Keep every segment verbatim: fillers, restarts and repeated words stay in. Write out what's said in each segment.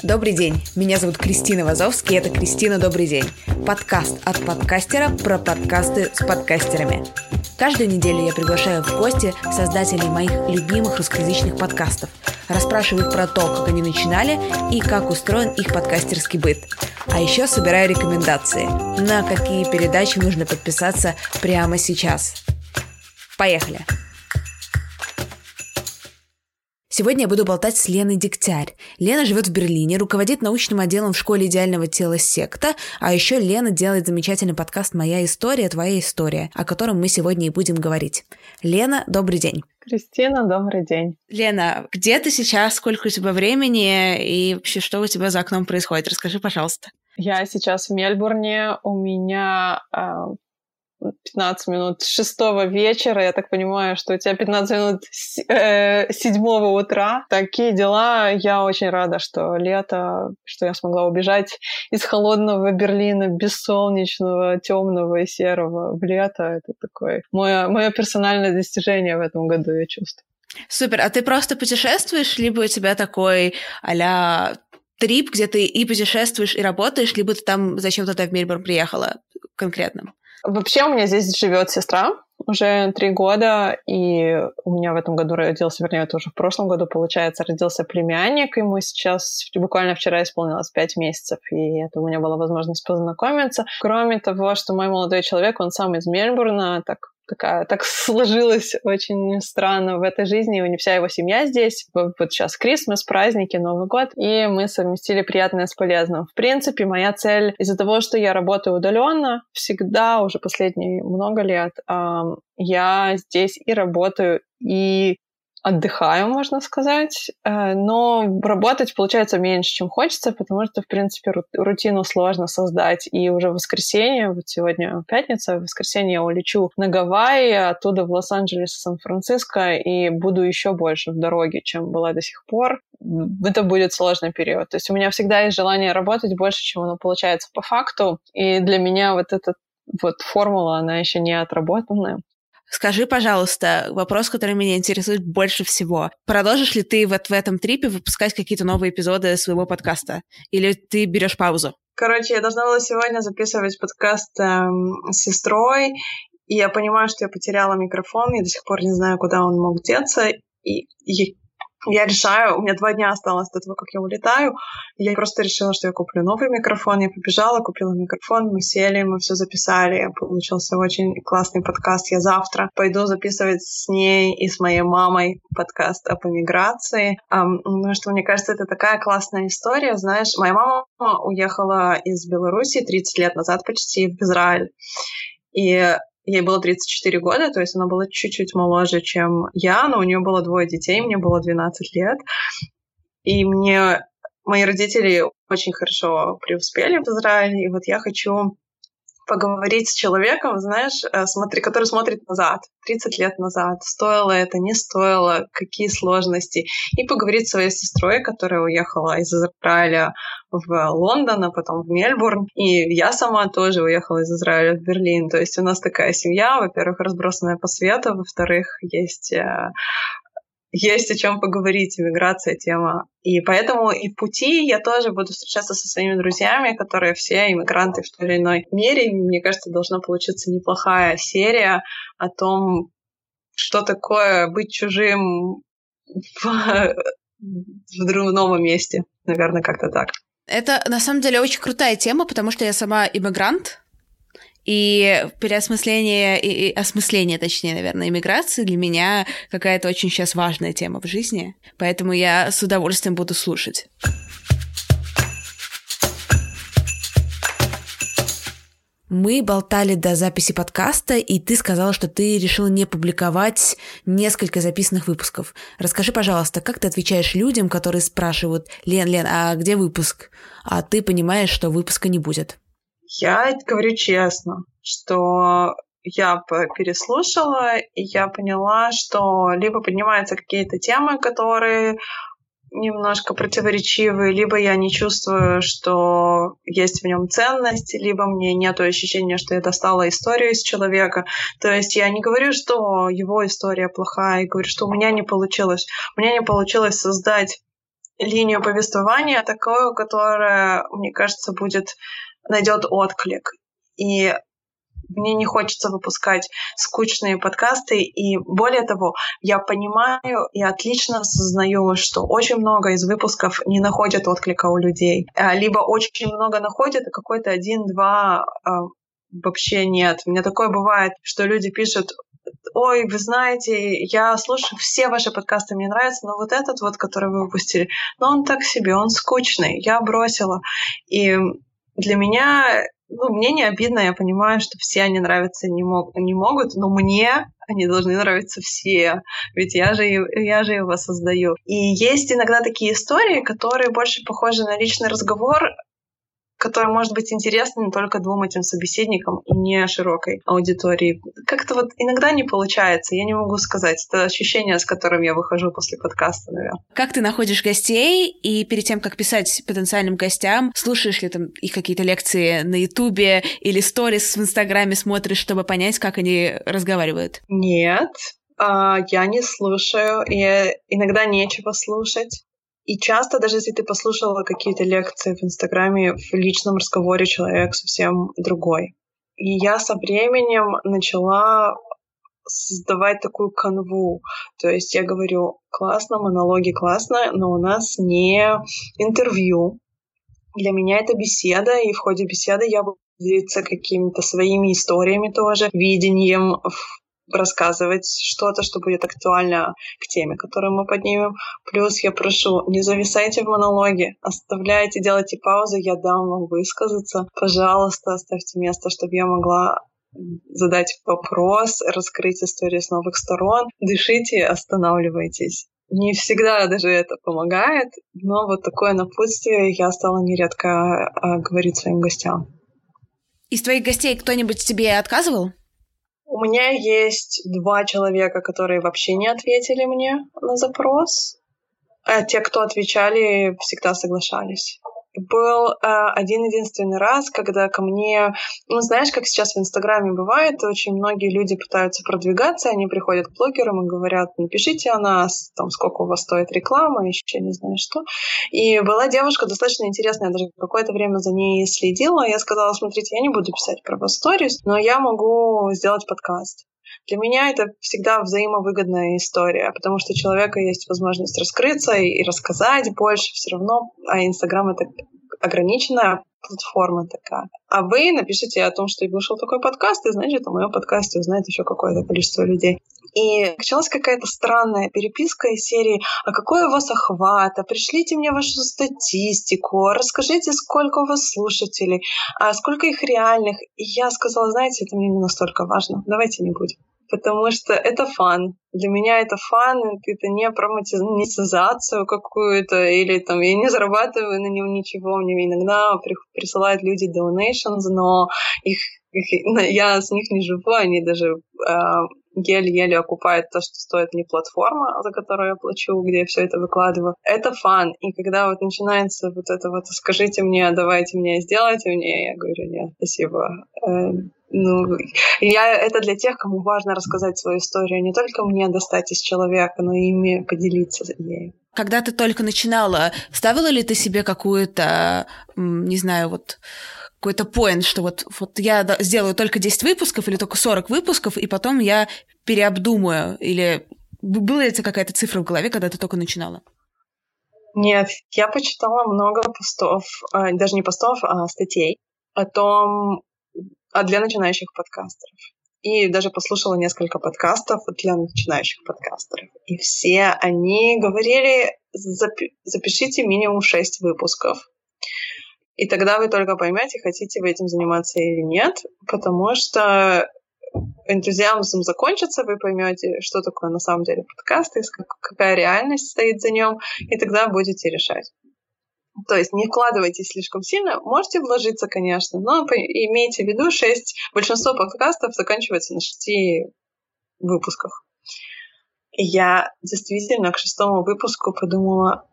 Добрый день, меня зовут Кристина Вазовский, и это «Кристина, добрый день». Подкаст от подкастера про подкасты с подкастерами. Каждую неделю я приглашаю в гости создателей моих любимых русскоязычных подкастов, расспрашиваю их про то, как они начинали и как устроен их подкастерский быт. А еще собираю рекомендации, на какие передачи нужно подписаться прямо сейчас. Поехали! Сегодня я буду болтать с Леной Дегтярь. Лена живет в Берлине, руководит научным отделом в школе идеального тела «Секта», а еще Лена делает замечательный подкаст «Моя история, твоя история», о котором мы сегодня и будем говорить. Лена, добрый день. Кристина, добрый день. Лена, где ты сейчас, сколько у тебя времени и вообще что у тебя за окном происходит? Расскажи, пожалуйста. Я сейчас в Мельбурне, у меня пятнадцать минут шестого вечера, я так понимаю, что у тебя пятнадцать минут седьмого утра. Такие дела. Я очень рада, что лето, что я смогла убежать из холодного Берлина, бессолнечного, темного и серого в лето. Это такое мое, мое персональное достижение в этом году, я чувствую. Супер. А ты просто путешествуешь, либо у тебя такой а-ля трип, где ты и путешествуешь, и работаешь, либо ты там зачем туда в Мельбурн приехала конкретно? Вообще у меня здесь живет сестра уже три года, и у меня в этом году родился, вернее, это уже в прошлом году, получается, родился племянник, ему сейчас буквально вчера исполнилось пять месяцев, и это у меня была возможность познакомиться. Кроме того, что мой молодой человек, он сам из Мельбурна, так Такая, так сложилось очень странно в этой жизни, и не вся его семья здесь. Вот сейчас Крисмас, праздники, Новый год, и мы совместили приятное с полезным. В принципе, моя цель из-за того, что я работаю удаленно, всегда, уже последние много лет, я здесь и работаю, и отдыхаю, можно сказать, но работать получается меньше, чем хочется, потому что, в принципе, рутину сложно создать. И уже в воскресенье, вот сегодня пятница, в воскресенье я улечу на Гавайи, оттуда в Лос-Анджелес, Сан-Франциско, и буду еще больше в дороге, чем была до сих пор. Это будет сложный период. То есть у меня всегда есть желание работать больше, чем оно получается по факту, и для меня вот эта вот формула, она еще не отработанная. Скажи, пожалуйста, вопрос, который меня интересует больше всего. Продолжишь ли ты вот в этом трипе выпускать какие-то новые эпизоды своего подкаста? Или ты берешь паузу? Короче, я должна была сегодня записывать подкаст эм, с сестрой, и я понимаю, что я потеряла микрофон, и до сих пор не знаю, куда он мог деться, и, и я решаю, у меня два дня осталось до того, как я улетаю, и я просто решила, что я куплю новый микрофон. Я побежала, купила микрофон, мы сели, мы все записали. Получился очень классный подкаст. Я завтра пойду записывать с ней и с моей мамой подкаст об эмиграции, um, потому что, мне кажется, это такая классная история. Знаешь, моя мама уехала из Беларуси тридцать лет назад почти в Израиль, и ей было тридцать четыре года, то есть она была чуть-чуть моложе, чем я, но у нее было двое детей, мне было двенадцать лет. И мне мои родители очень хорошо преуспели в Израиле, и вот я хочу поговорить с человеком, знаешь, смотри, который смотрит назад, тридцать лет назад, стоило это, не стоило, какие сложности, и поговорить с своей сестрой, которая уехала из Израиля в Лондон, а потом в Мельбурн, и я сама тоже уехала из Израиля в Берлин, то есть у нас такая семья, во-первых, разбросанная по свету, во-вторых, есть... Есть о чем поговорить, иммиграция тема. И поэтому и в пути я тоже буду встречаться со своими друзьями, которые все иммигранты в той или иной мере. И, мне кажется, должна получиться неплохая серия о том, что такое быть чужим в, в другом новом месте. Наверное, как-то так. Это, на самом деле, очень крутая тема, потому что я сама иммигрант. И переосмысление, и, и осмысление, точнее, наверное, иммиграции для меня какая-то очень сейчас важная тема в жизни. Поэтому я с удовольствием буду слушать. Мы болтали до записи подкаста, и ты сказала, что ты решила не публиковать несколько записанных выпусков. Расскажи, пожалуйста, как ты отвечаешь людям, которые спрашивают: «Лен, Лен, а где выпуск?» А ты понимаешь, что выпуска не будет. Я говорю честно, что я переслушала, и я поняла, что либо поднимаются какие-то темы, которые немножко противоречивые, либо я не чувствую, что есть в нем ценность, либо мне нет ощущения, что я достала историю из человека. То есть я не говорю, что его история плохая, я говорю, что у меня не получилось. У меня не получилось создать линию повествования, такую, которая, мне кажется, будет найдет отклик. И мне не хочется выпускать скучные подкасты. И более того, я понимаю и отлично осознаю, что очень много из выпусков не находят отклика у людей. Либо очень много находят, а какой-то один-два вообще нет. У меня такое бывает, что люди пишут: ой, вы знаете, я слушаю все ваши подкасты, мне нравится, но вот этот вот, который вы выпустили, ну он так себе, он скучный, я бросила. И для меня, ну, мне не обидно, я понимаю, что все они нравятся не, мог, не могут, но мне они должны нравиться все, ведь я же, я же его создаю. И есть иногда такие истории, которые больше похожи на личный разговор, который может быть интересным только двум этим собеседникам и не широкой аудитории. Как-то вот иногда не получается, я не могу сказать. Это ощущение, с которым я выхожу после подкаста, наверное. Как ты находишь гостей, и перед тем, как писать потенциальным гостям, слушаешь ли там их какие-то лекции на Ютубе или сторис в Инстаграме смотришь, чтобы понять, как они разговаривают? Нет, я не слушаю, и иногда нечего слушать. И часто, даже если ты послушала какие-то лекции в Инстаграме, в личном разговоре человек совсем другой. И я со временем начала создавать такую канву. То есть я говорю: классно, монологи классно, но у нас не интервью. Для меня это беседа, и в ходе беседы я буду делиться какими-то своими историями тоже, видением, рассказывать что-то, что будет актуально к теме, которую мы поднимем. Плюс я прошу, не зависайте в монологе, оставляйте, делайте паузу, я дам вам высказаться. Пожалуйста, оставьте место, чтобы я могла задать вопрос, раскрыть историю с новых сторон. Дышите, останавливайтесь. Не всегда даже это помогает, но вот такое напутствие я стала нередко э, говорить своим гостям. Из твоих гостей кто-нибудь тебе отказывал? У меня есть два человека, которые вообще не ответили мне на запрос, а те, кто отвечали, всегда соглашались. Был э, один-единственный раз, когда ко мне... Ну, знаешь, как сейчас в Инстаграме бывает, очень многие люди пытаются продвигаться, они приходят к блогерам и говорят: напишите о нас, там, сколько у вас стоит реклама, еще не знаю что. И была девушка достаточно интересная, я даже какое-то время за ней следила. Я сказала: смотрите, я не буду писать про вас сторис, но я могу сделать подкаст. Для меня это всегда взаимовыгодная история, потому что у человека есть возможность раскрыться и рассказать больше все равно, а Инстаграм — это ограниченная платформа такая. А вы напишите о том, что вышел такой подкаст, и значит, о моем подкасте узнает еще какое-то количество людей. И началась какая-то странная переписка из серии: а какой у вас охват, а пришлите мне вашу статистику, расскажите, сколько у вас слушателей, а сколько их реальных. И я сказала: знаете, это мне не настолько важно, давайте не будем. Потому что это фан. Для меня это фан, это не про монетизацию какую-то, или там я не зарабатываю на нем ничего. Мне иногда присылают люди donations, но их, их, я с них не живу, они даже э, еле-еле окупают то, что стоит мне платформа, за которую я плачу, где я все это выкладываю. Это фан. И когда вот начинается вот это вот: скажите мне, давайте мне, сделайте мне, я говорю: нет, спасибо. Ну, я, это для тех, кому важно рассказать свою историю, не только мне достать из человека, но и ими поделиться ею. Когда ты только начинала, ставила ли ты себе какую-то, не знаю, вот какой-то поинт, что вот, вот я сделаю только десять выпусков или только сорок выпусков, и потом я переобдумаю? Или была ли это какая-то цифра в голове, когда ты только начинала? Нет, я почитала много постов, даже не постов, а статей о том, а для начинающих подкастеров. И даже послушала несколько подкастов для начинающих подкастеров. И все они говорили: запи- запишите минимум шесть выпусков. И тогда вы только поймете, хотите вы этим заниматься или нет, потому что энтузиазм закончится, вы поймете, что такое на самом деле подкасты, какая реальность стоит за ним, и тогда будете решать. То есть не вкладывайтесь слишком сильно. Можете вложиться, конечно, но имейте в виду, шесть, большинство подкастов заканчивается на шести выпусках. И я действительно к шестому выпуску подумала: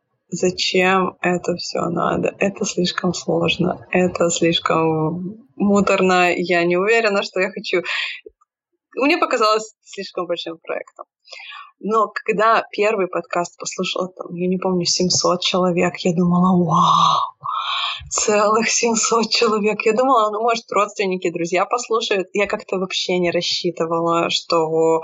зачем это все надо? Это слишком сложно, это слишком муторно, я не уверена, что я хочу. Мне показалось слишком большим проектом. Но когда первый подкаст послушала, там, я не помню, семьсот человек, я думала, вау, целых семьсот человек. Я думала, ну, может, родственники, друзья послушают. Я как-то вообще не рассчитывала, что...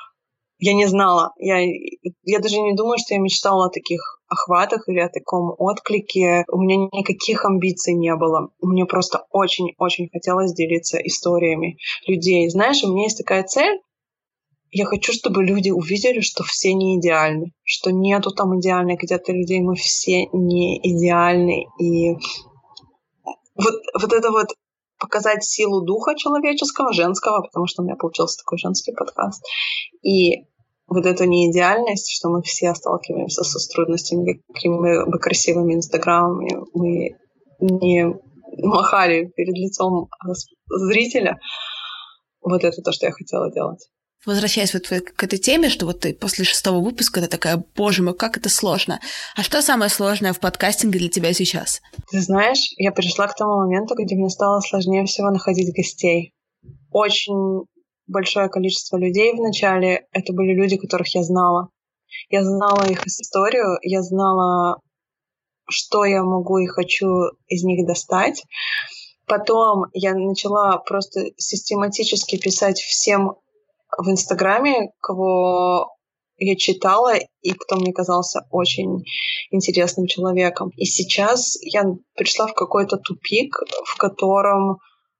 Я не знала. Я, я даже не думаю, что я мечтала о таких охватах или о таком отклике. У меня никаких амбиций не было. Мне просто очень-очень хотелось делиться историями людей. Знаешь, у меня есть такая цель. Я хочу, чтобы люди увидели, что все не идеальны, что нету там идеальных где-то людей, мы все не идеальны. И вот, вот это вот показать силу духа человеческого, женского, потому что у меня получился такой женский подкаст. И вот эту неидеальность, что мы все сталкиваемся со трудностями, какими бы красивыми инстаграмами мы не махали перед лицом зрителя. Вот это то, что я хотела делать. Возвращаясь вот к этой теме, что вот ты после шестого выпуска ты такая, боже мой, как это сложно. А что самое сложное в подкастинге для тебя сейчас? Ты знаешь, я пришла к тому моменту, где мне стало сложнее всего находить гостей. Очень большое количество людей в начале — это были люди, которых я знала. Я знала их историю, я знала, что я могу и хочу из них достать. Потом я начала просто систематически писать всем в Инстаграме, кого я читала, и кто мне казался очень интересным человеком. И сейчас я пришла в какой-то тупик, в котором,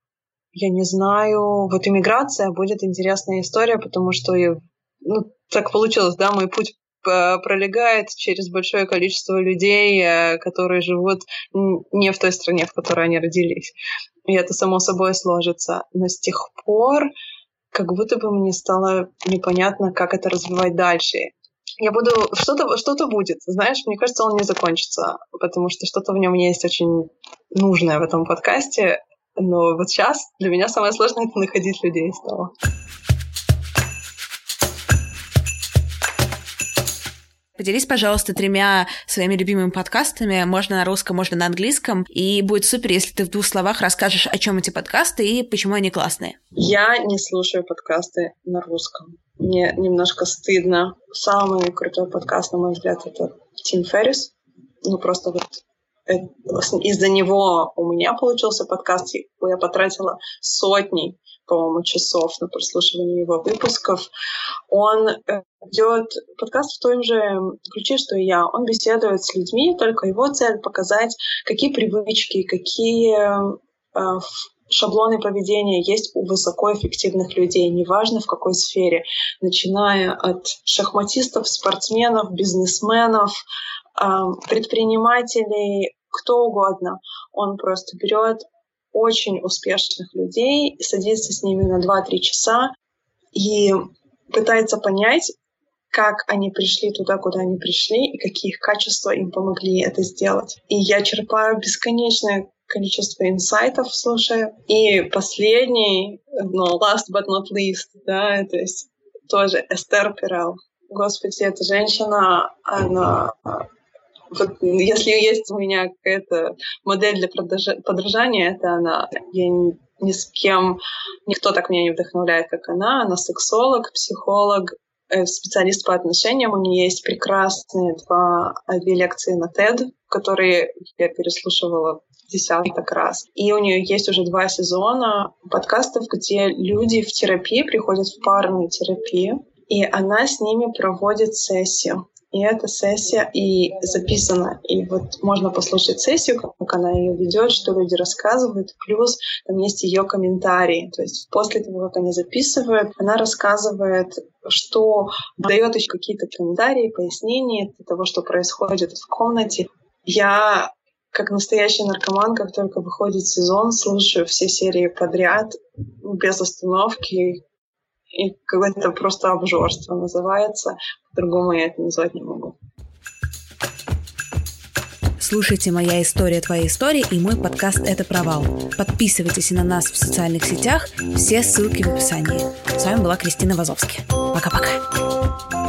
я не знаю, вот иммиграция будет интересная история, потому что, ну, так получилось, да, мой путь пролегает через большое количество людей, которые живут не в той стране, в которой они родились. И это само собой сложится. Но с тех пор как будто бы мне стало непонятно, как это развивать дальше. Я буду... Что-то, что-то будет, знаешь, мне кажется, он не закончится, потому что что-то в нем есть очень нужное в этом подкасте, но вот сейчас для меня самое сложное — это находить людей стало. Поделись, пожалуйста, тремя своими любимыми подкастами. Можно на русском, можно на английском. И будет супер, если ты в двух словах расскажешь, о чем эти подкасты и почему они классные. Я не слушаю подкасты на русском. Мне немножко стыдно. Самый крутой подкаст, на мой взгляд, это Тим Феррис. Ну, просто вот из-за него у меня получился подкаст. Я потратила сотни, по-моему, часов на прослушивание его выпусков. Он ведет подкаст в том же ключе, что и я. Он беседует с людьми, только его цель — показать, какие привычки, какие э, шаблоны поведения есть у высокоэффективных людей, неважно в какой сфере, начиная от шахматистов, спортсменов, бизнесменов, э, предпринимателей, кто угодно. Он просто берет очень успешных людей, садится с ними на два-три часа и пытается понять, как они пришли туда, куда они пришли, и какие их качества им помогли это сделать. И я черпаю бесконечное количество инсайтов, слушая. И последний, ну, last but not least, да, то есть тоже Эстер Перел. Господи, эта женщина, она... Вот, если есть у меня какая-то модель для подражания, это она. Я ни, ни с кем, никто так меня не вдохновляет, как она. Она сексолог, психолог, специалист по отношениям. У нее есть прекрасные два, две лекции на TED, которые я переслушивала десяток раз. И у нее есть уже два сезона подкастов, где люди в терапии приходят в парную терапию, и она с ними проводит сессию. И эта сессия и записана. И вот можно послушать сессию, как она ее ведет, что люди рассказывают. Плюс там есть ее комментарии. То есть после того, как они записывают, она рассказывает, что дает еще какие-то комментарии, пояснения того, что происходит в комнате. Я, как настоящий наркоман, как только выходит сезон, слушаю все серии подряд, без остановки. И какое-то просто обжорство называется. По-другому я это назвать не могу. Слушайте «Моя история, твоя история» и мой подкаст «Это провал». Подписывайтесь на нас в социальных сетях. Все ссылки в описании. С вами была Кристина Вазовски. Пока-пока.